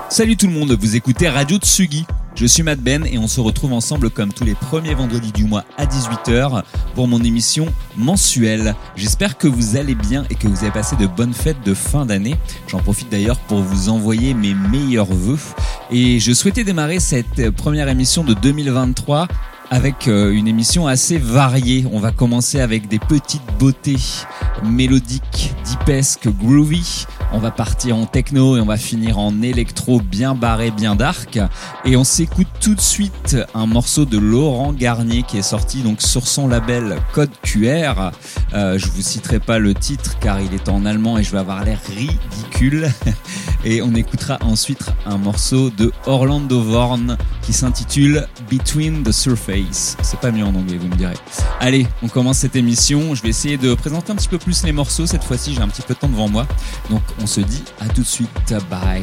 Salut tout le monde, vous écoutez Radio Tsugi. Je suis Matt Ben et on se retrouve ensemble comme tous les premiers vendredis du mois à 18h pour mon émission mensuelle. J'espère que vous allez bien et que vous avez passé de bonnes fêtes de fin d'année. J'en profite d'ailleurs pour vous envoyer mes meilleurs vœux. Et je souhaitais démarrer cette première émission de 2023 avec une émission assez variée. On va commencer avec des petites beautés mélodiques, deepesque, groovy. On va partir en techno et on va finir en électro bien barré, bien dark. Et on s'écoute tout de suite un morceau de Laurent Garnier qui est sorti donc sur son label Code QR. Je vous citerai pas le titre car il est en allemand et je vais avoir l'air ridicule. Et on écoutera ensuite un morceau de Orlando Vorn qui s'intitule Between the Surface. C'est pas mieux en anglais, vous me direz. Allez, on commence cette émission. Je vais essayer de présenter un petit peu plus les morceaux. Cette fois-ci, j'ai un petit peu de temps devant moi. Donc, on se dit à tout de suite. Bye.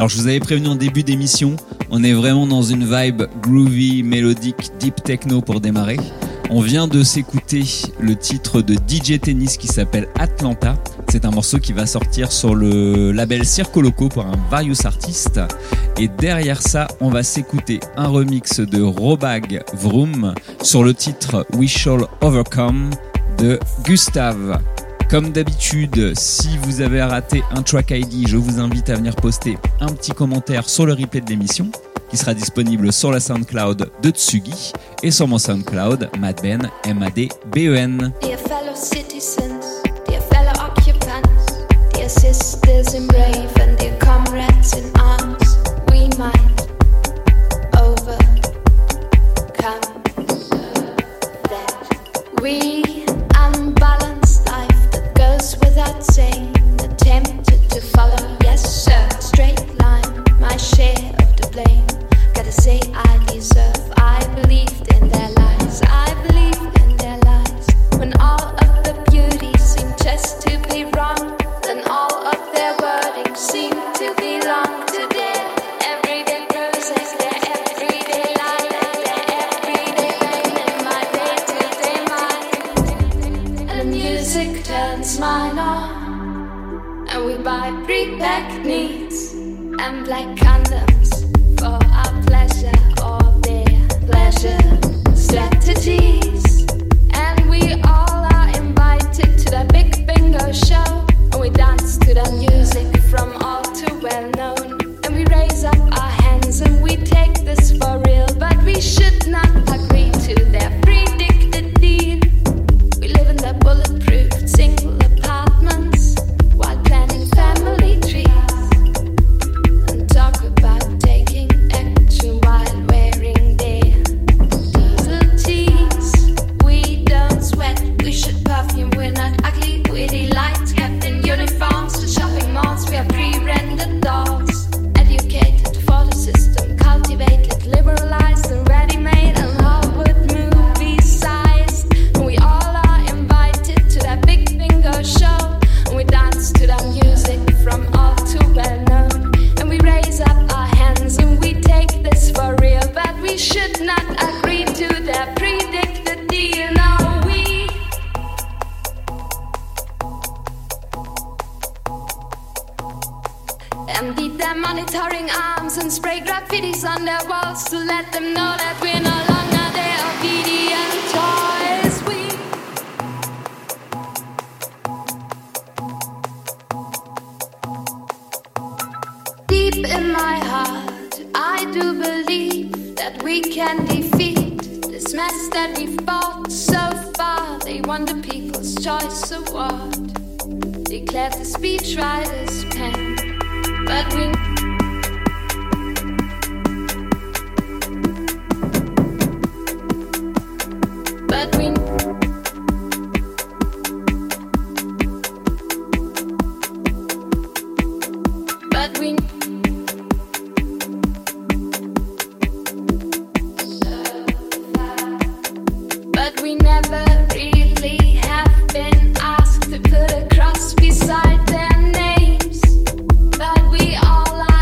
Alors je vous avais prévenu en début d'émission, on est vraiment dans une vibe groovy, mélodique, deep techno pour démarrer. On vient de s'écouter le titre de DJ Tennis qui s'appelle Atlanta. C'est un morceau qui va sortir sur le label Circo Loco pour un Various Artist. Et derrière ça, on va s'écouter un remix de Robag Vroom sur le titre We Shall Overcome de Gustave. Comme d'habitude, si vous avez raté un track ID, je vous invite à venir poster un petit commentaire sur le replay de l'émission qui sera disponible sur la SoundCloud de Tsugi et sur mon SoundCloud, Madben, M-A-D-B-E-N. Dear fellow citizens, dear fellow occupants, dear sisters in brave and dear comrades in arms, we might overcome that. We unbalanced life that goes without saying, attempted to follow, yes sir, straight line, my share of the blame. Gotta say I deserve, I believed in their lies, I believed in their lies. When all of the beauty seemed just to be wrong, then all of their wording seemed to belong to their everyday process, their everyday life, their everyday pain in my day-to-day mind. And the music turns mine on, and we buy pre-packed needs and black condoms for our pleasure or their pleasure strategies. And we all are invited to that big bingo show, and we dance to the music from all too well known. And we raise up our hands and we take this for real, but we should not agree to their predicted deal. We live in their bulletproof single apartments while planning family trees. Talk about taking action while wearing their diesel tees. We don't sweat, we should perfume, we're not ugly, witty lights kept in uniforms to shopping malls. We are pre-rendered dolls, educated for the system, cultivated, liberalized and ready-made and Hollywood movie sized. And we all are invited to that big bingo show, and we dance to the music from all too well known. And we raise up our hands and we take this for real, but we should not agree to their predicted deal. No, we empty their monitoring arms and spray graffitis on their walls to let them know that we're no longer their obedient toys. Deep in my heart, I do believe that we can defeat this mess that we've fought so far. They won the People's Choice Award, declared the speechwriter's pen, but we never really have been asked to put a cross beside their names. But we all are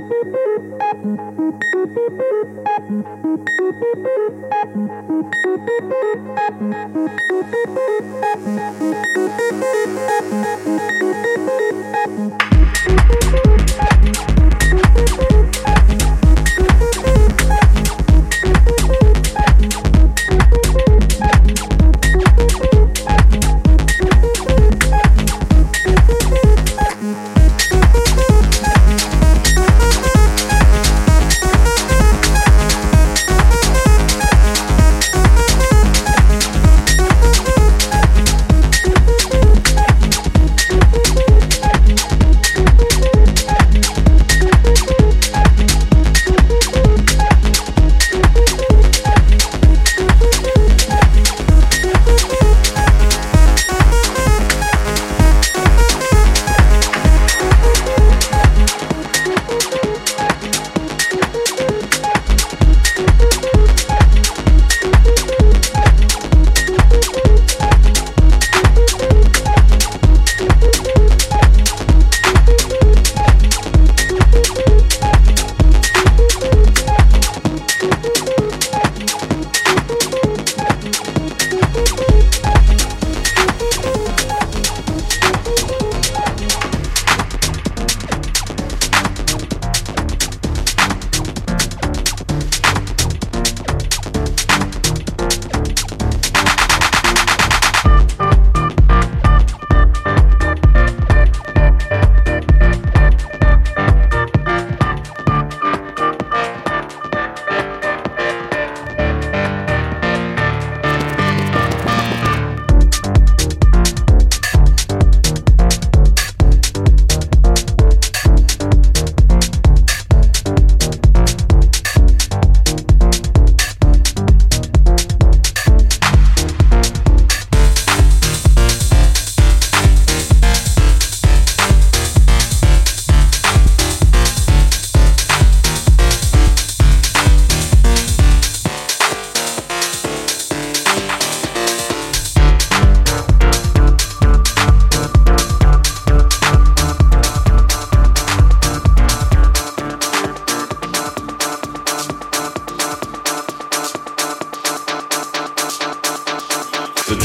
the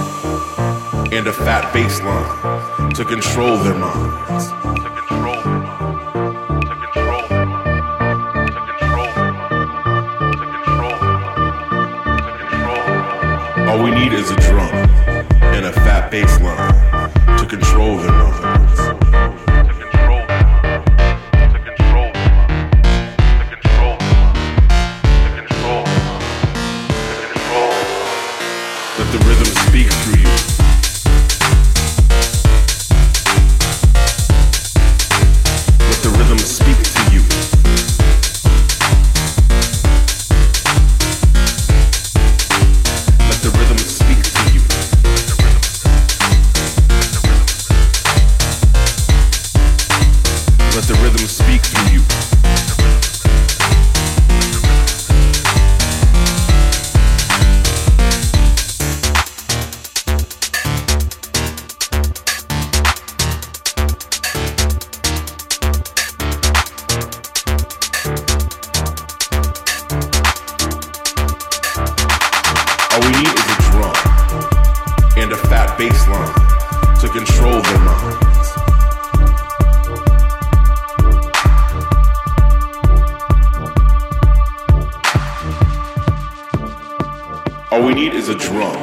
drum and a fat bass line to control their minds. All we need is a drum and a fat bass line to control their minds. Let the rhythm speak through you. Let the rhythm speak to you. Let the rhythm speak to you. Let the rhythm speak through you. All we need is a drum and a fat bass line to control their minds. All we need is a drum.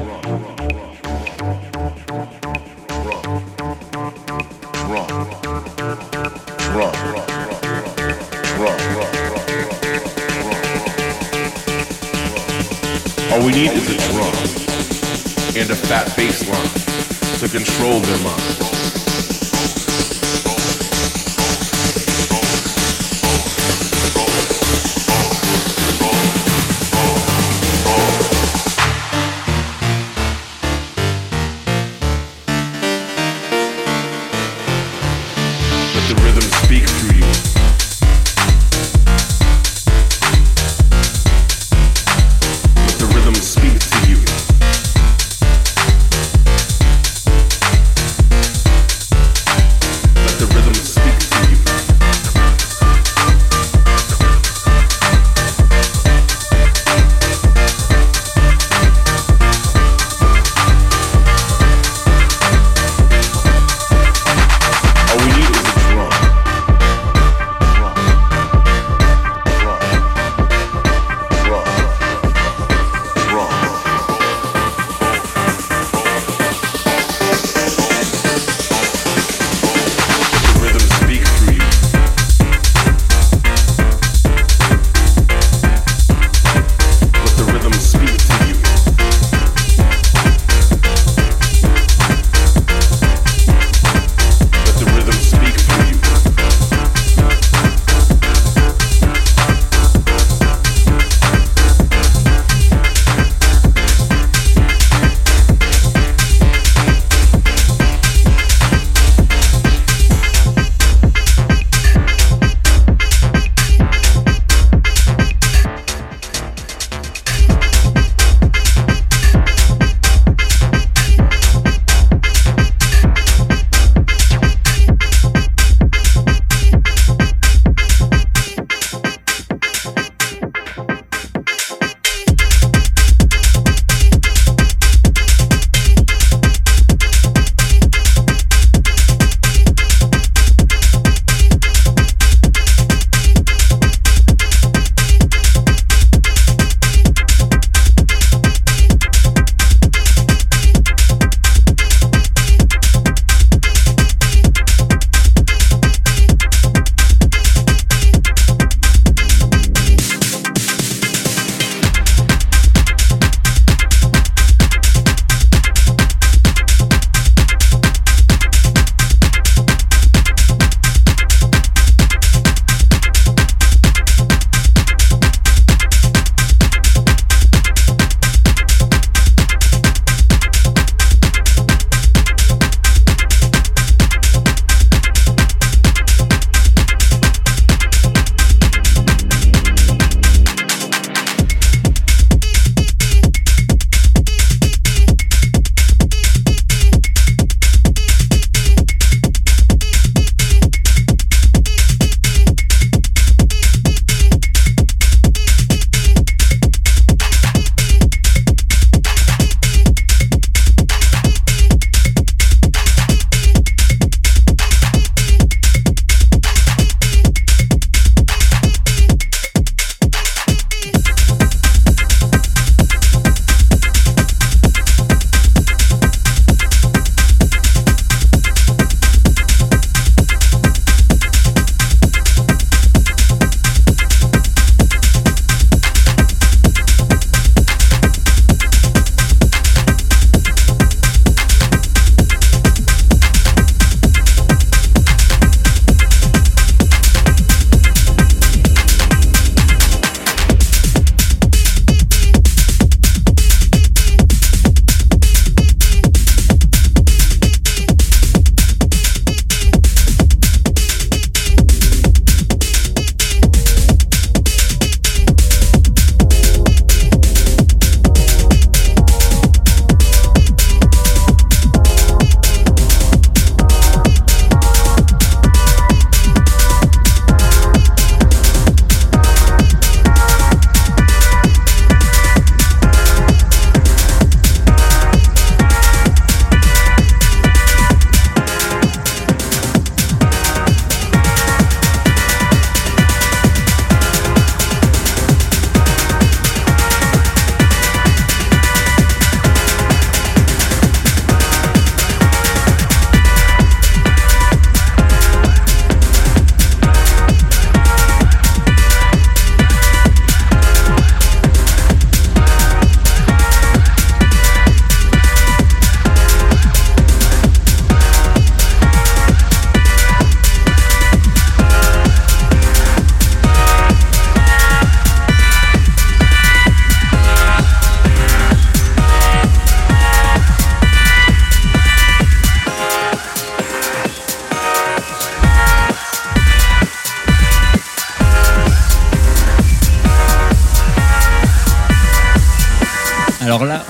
All we need is a drum and a fat bass line to control their minds. Let the rhythm speak through you. Let the rhythm speak to you.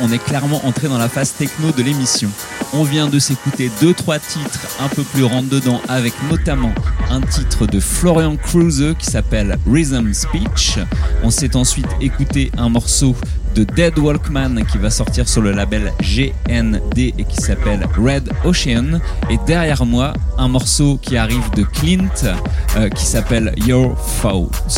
on est clairement entré dans la phase techno de l'émission. On vient de s'écouter 2-3 titres un peu plus rentre-dedans, avec notamment un titre de Florian Kruse qui s'appelle Rhythm Speech. On s'est ensuite écouté un morceau de Dead Walkman qui va sortir sur le label GND et qui s'appelle Red Ocean. Et derrière moi, un morceau qui arrive de Clint qui s'appelle Your Fault.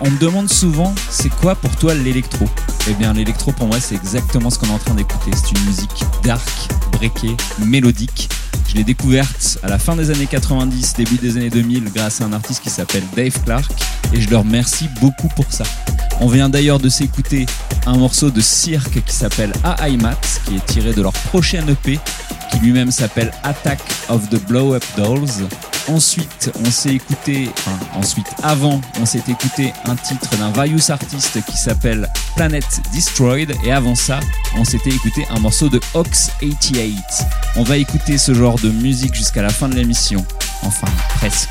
On me demande souvent, c'est quoi pour toi l'électro ? Eh bien, l'électro pour moi, c'est exactement ce qu'on est en train d'écouter. C'est une musique dark, breakée, mélodique. Je l'ai découverte à la fin des années 90, début des années 2000, grâce à un artiste qui s'appelle Dave Clark, et je le remercie beaucoup pour ça. On vient d'ailleurs de s'écouter un morceau de Cirque qui s'appelle A.I.Max, qui est tiré de leur prochain EP, qui lui-même s'appelle Attack of the Blow-Up Dolls. Ensuite, avant, on s'est écouté un titre d'un various artiste qui s'appelle Planet Destroyed, et avant ça, on s'était écouté un morceau de Ox 88. On va écouter ce genre de musique jusqu'à la fin de l'émission. Enfin, presque.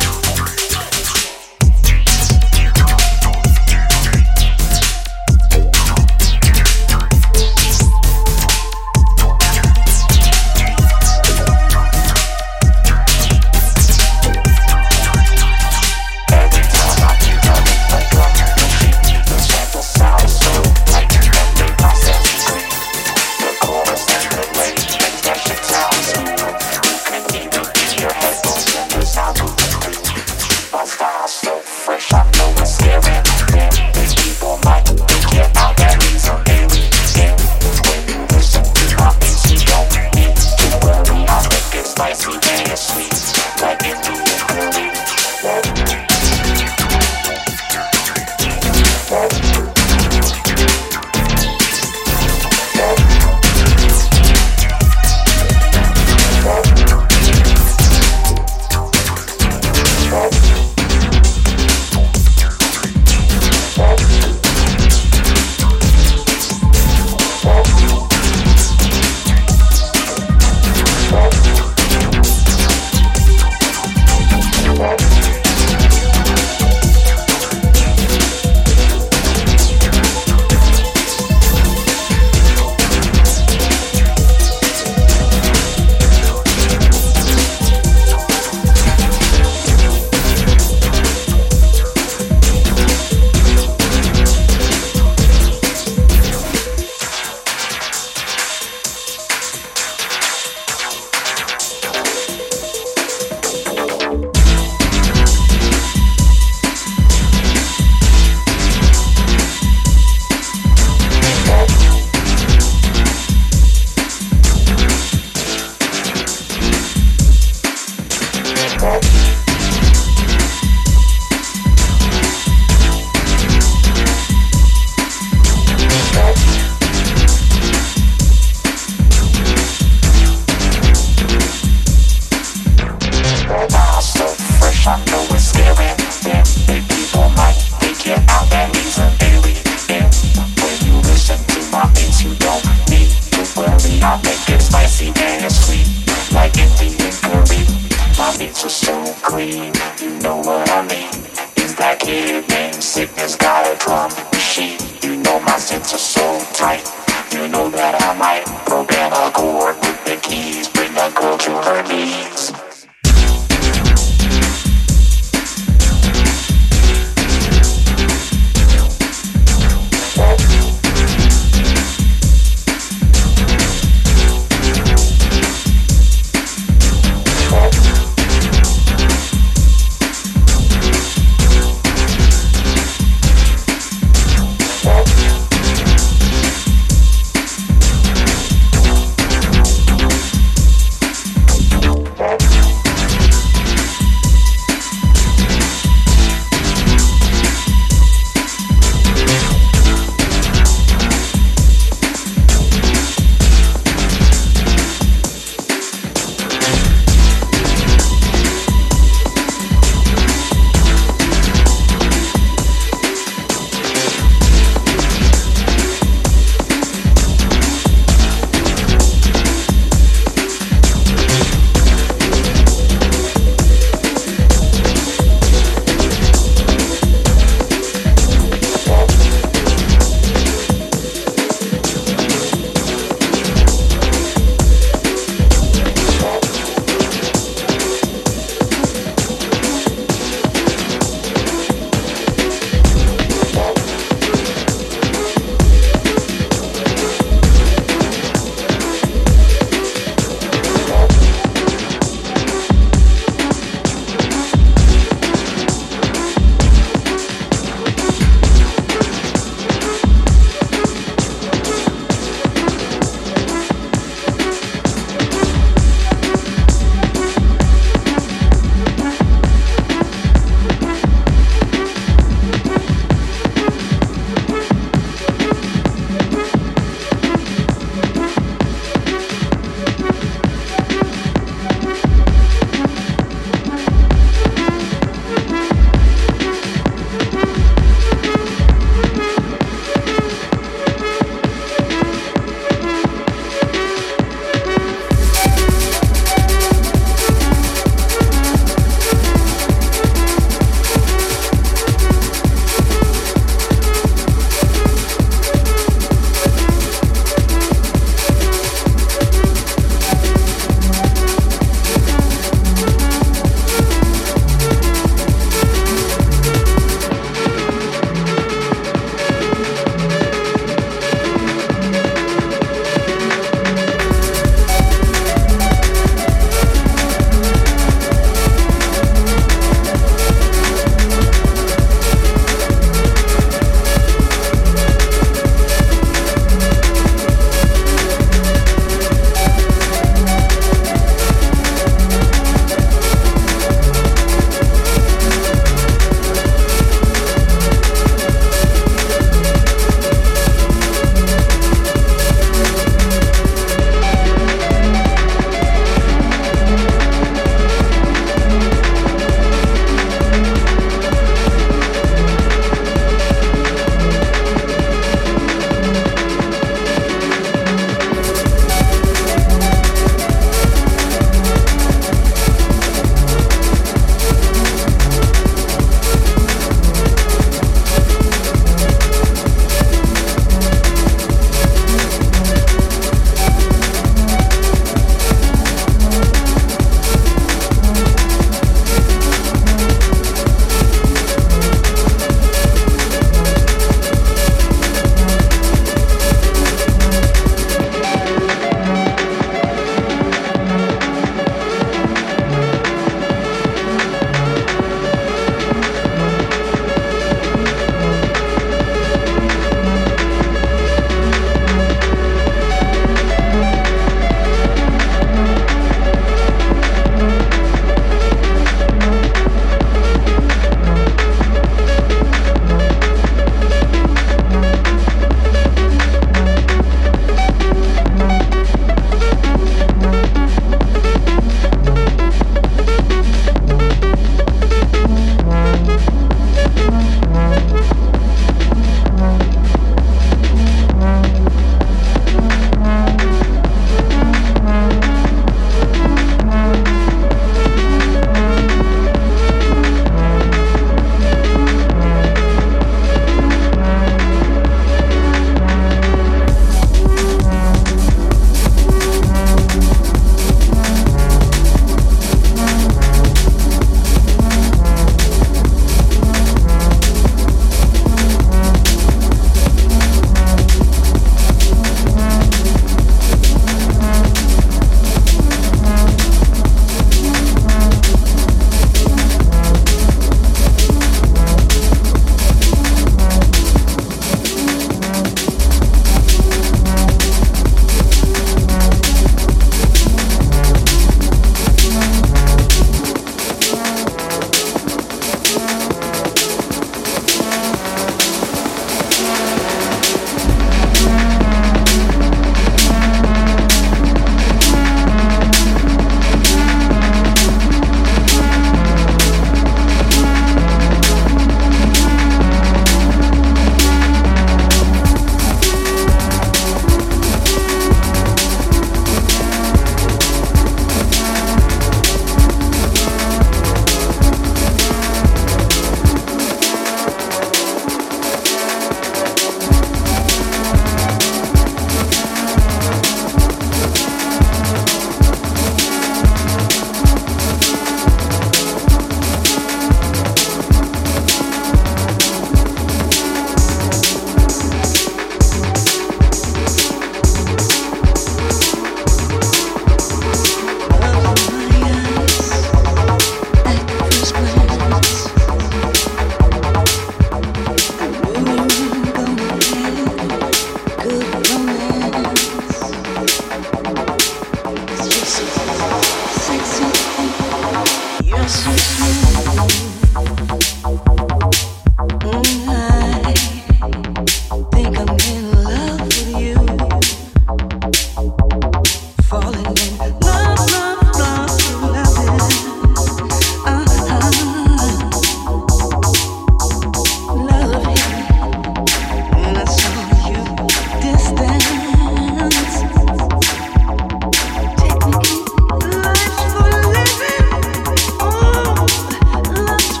Life's for living, oh, life's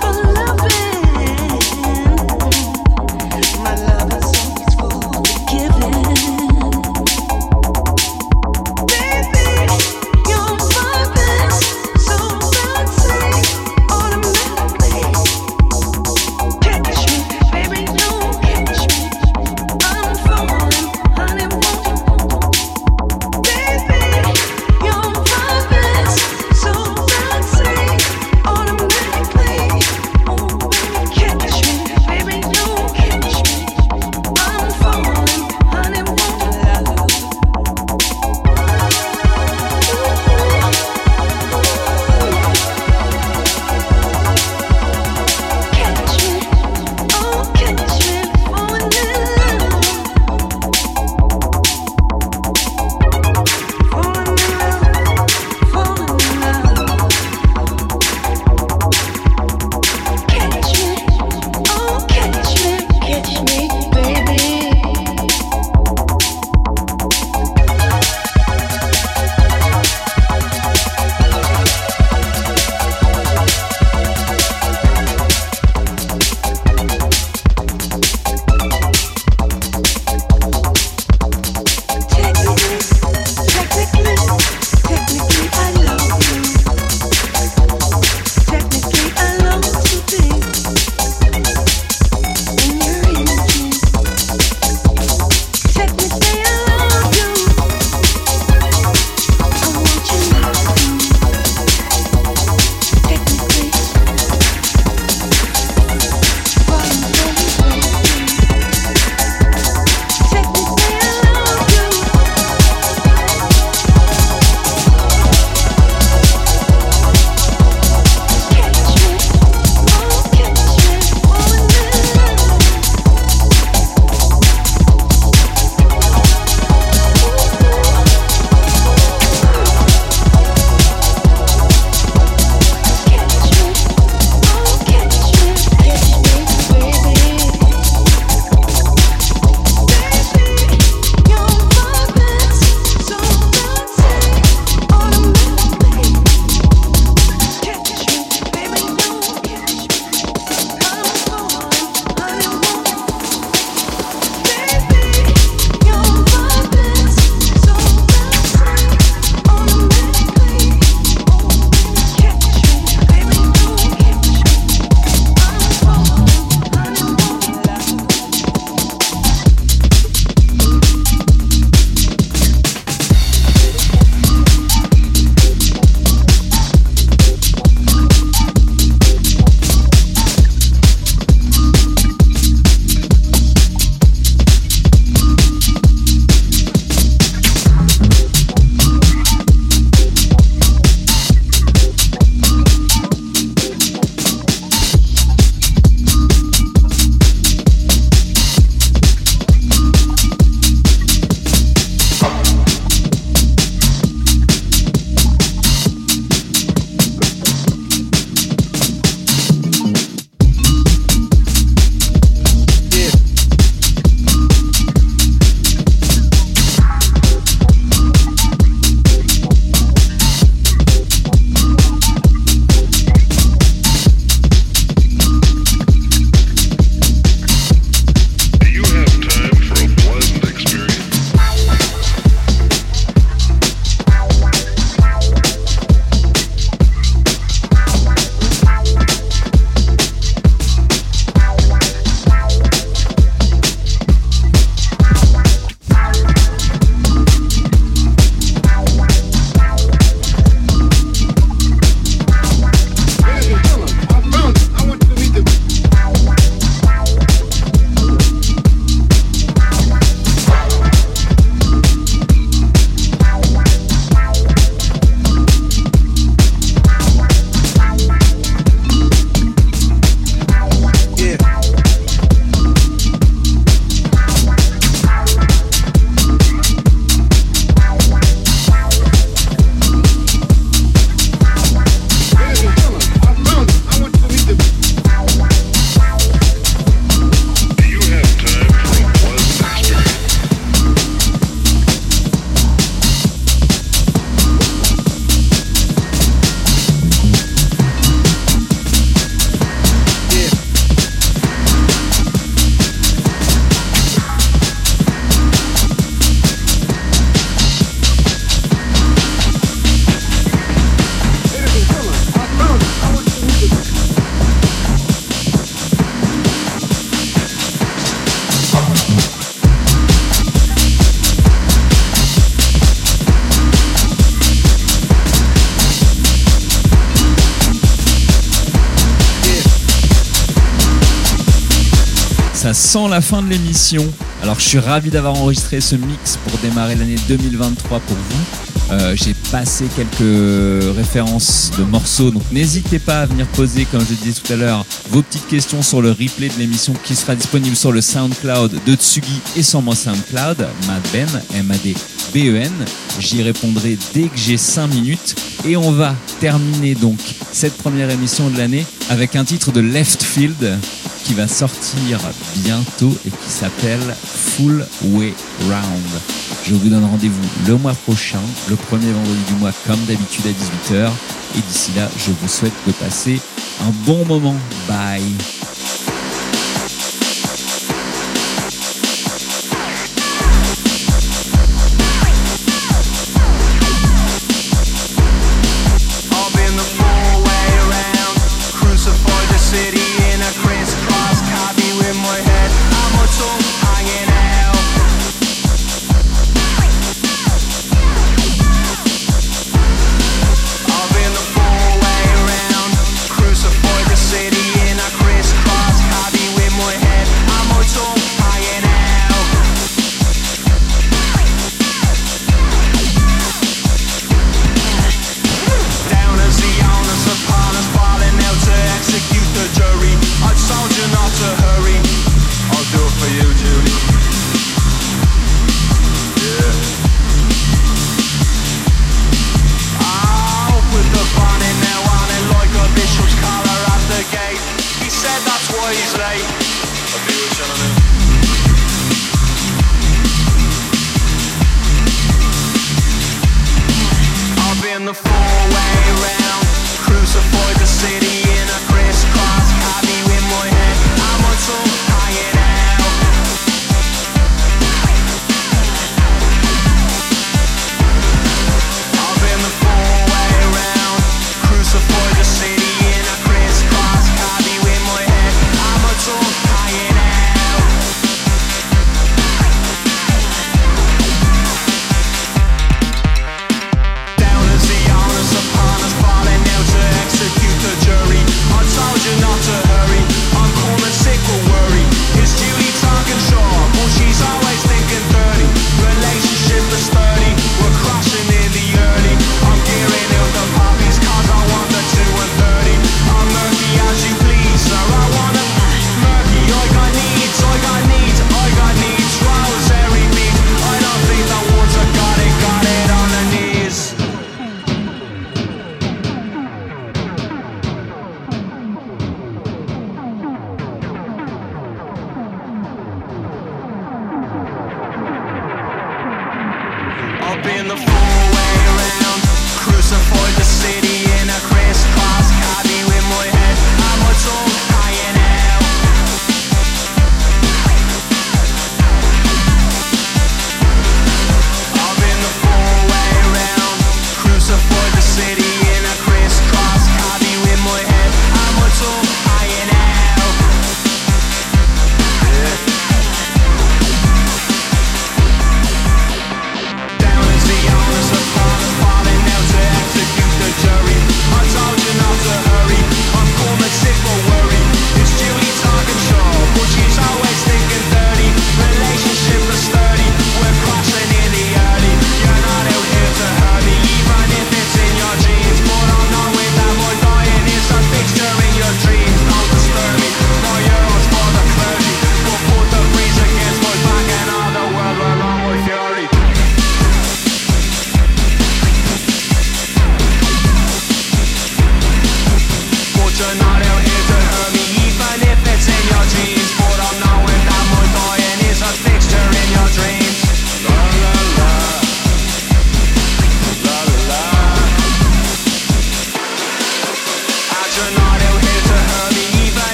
Ça sent la fin de l'émission. Alors je suis ravi d'avoir enregistré ce mix pour démarrer l'année 2023 pour vous. J'ai passé quelques références de morceaux, donc n'hésitez pas à venir poser, comme je disais tout à l'heure, vos petites questions sur le replay de l'émission qui sera disponible sur le SoundCloud de Tsugi et sur mon SoundCloud, Madben, M-A-D-B-E-N. J'y répondrai dès que j'ai 5 minutes. Et on va terminer donc cette première émission de l'année avec un titre de Left Field qui va sortir bientôt et qui s'appelle Full Way Round. Je vous donne rendez-vous le mois prochain, le premier vendredi du mois comme d'habitude à 18h. Et d'ici là, je vous souhaite de passer un bon moment. Bye.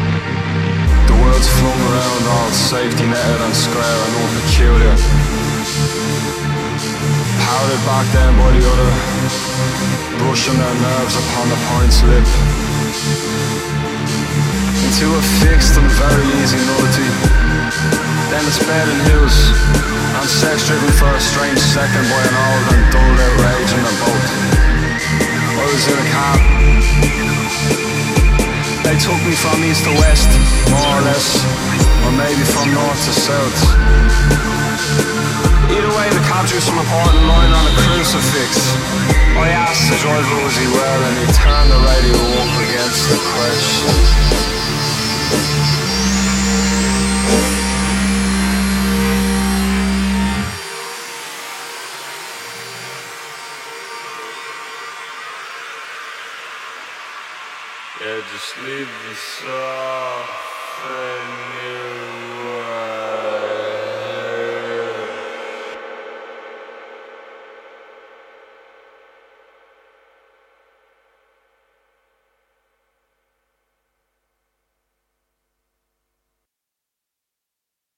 safety netted and square and all peculiar. Powdered back down by the other, brushing their nerves upon the point's lip, into a fixed and very easy nullity. Then it's bed and hills, and sex driven for a strange second by an old and dull outrage in them both. I was in a cab. They took me from east to west, more or less, or maybe from north to south. Either way, the cab drew some important line on a crucifix. I asked the driver was he well, and he turned the radio up against the question.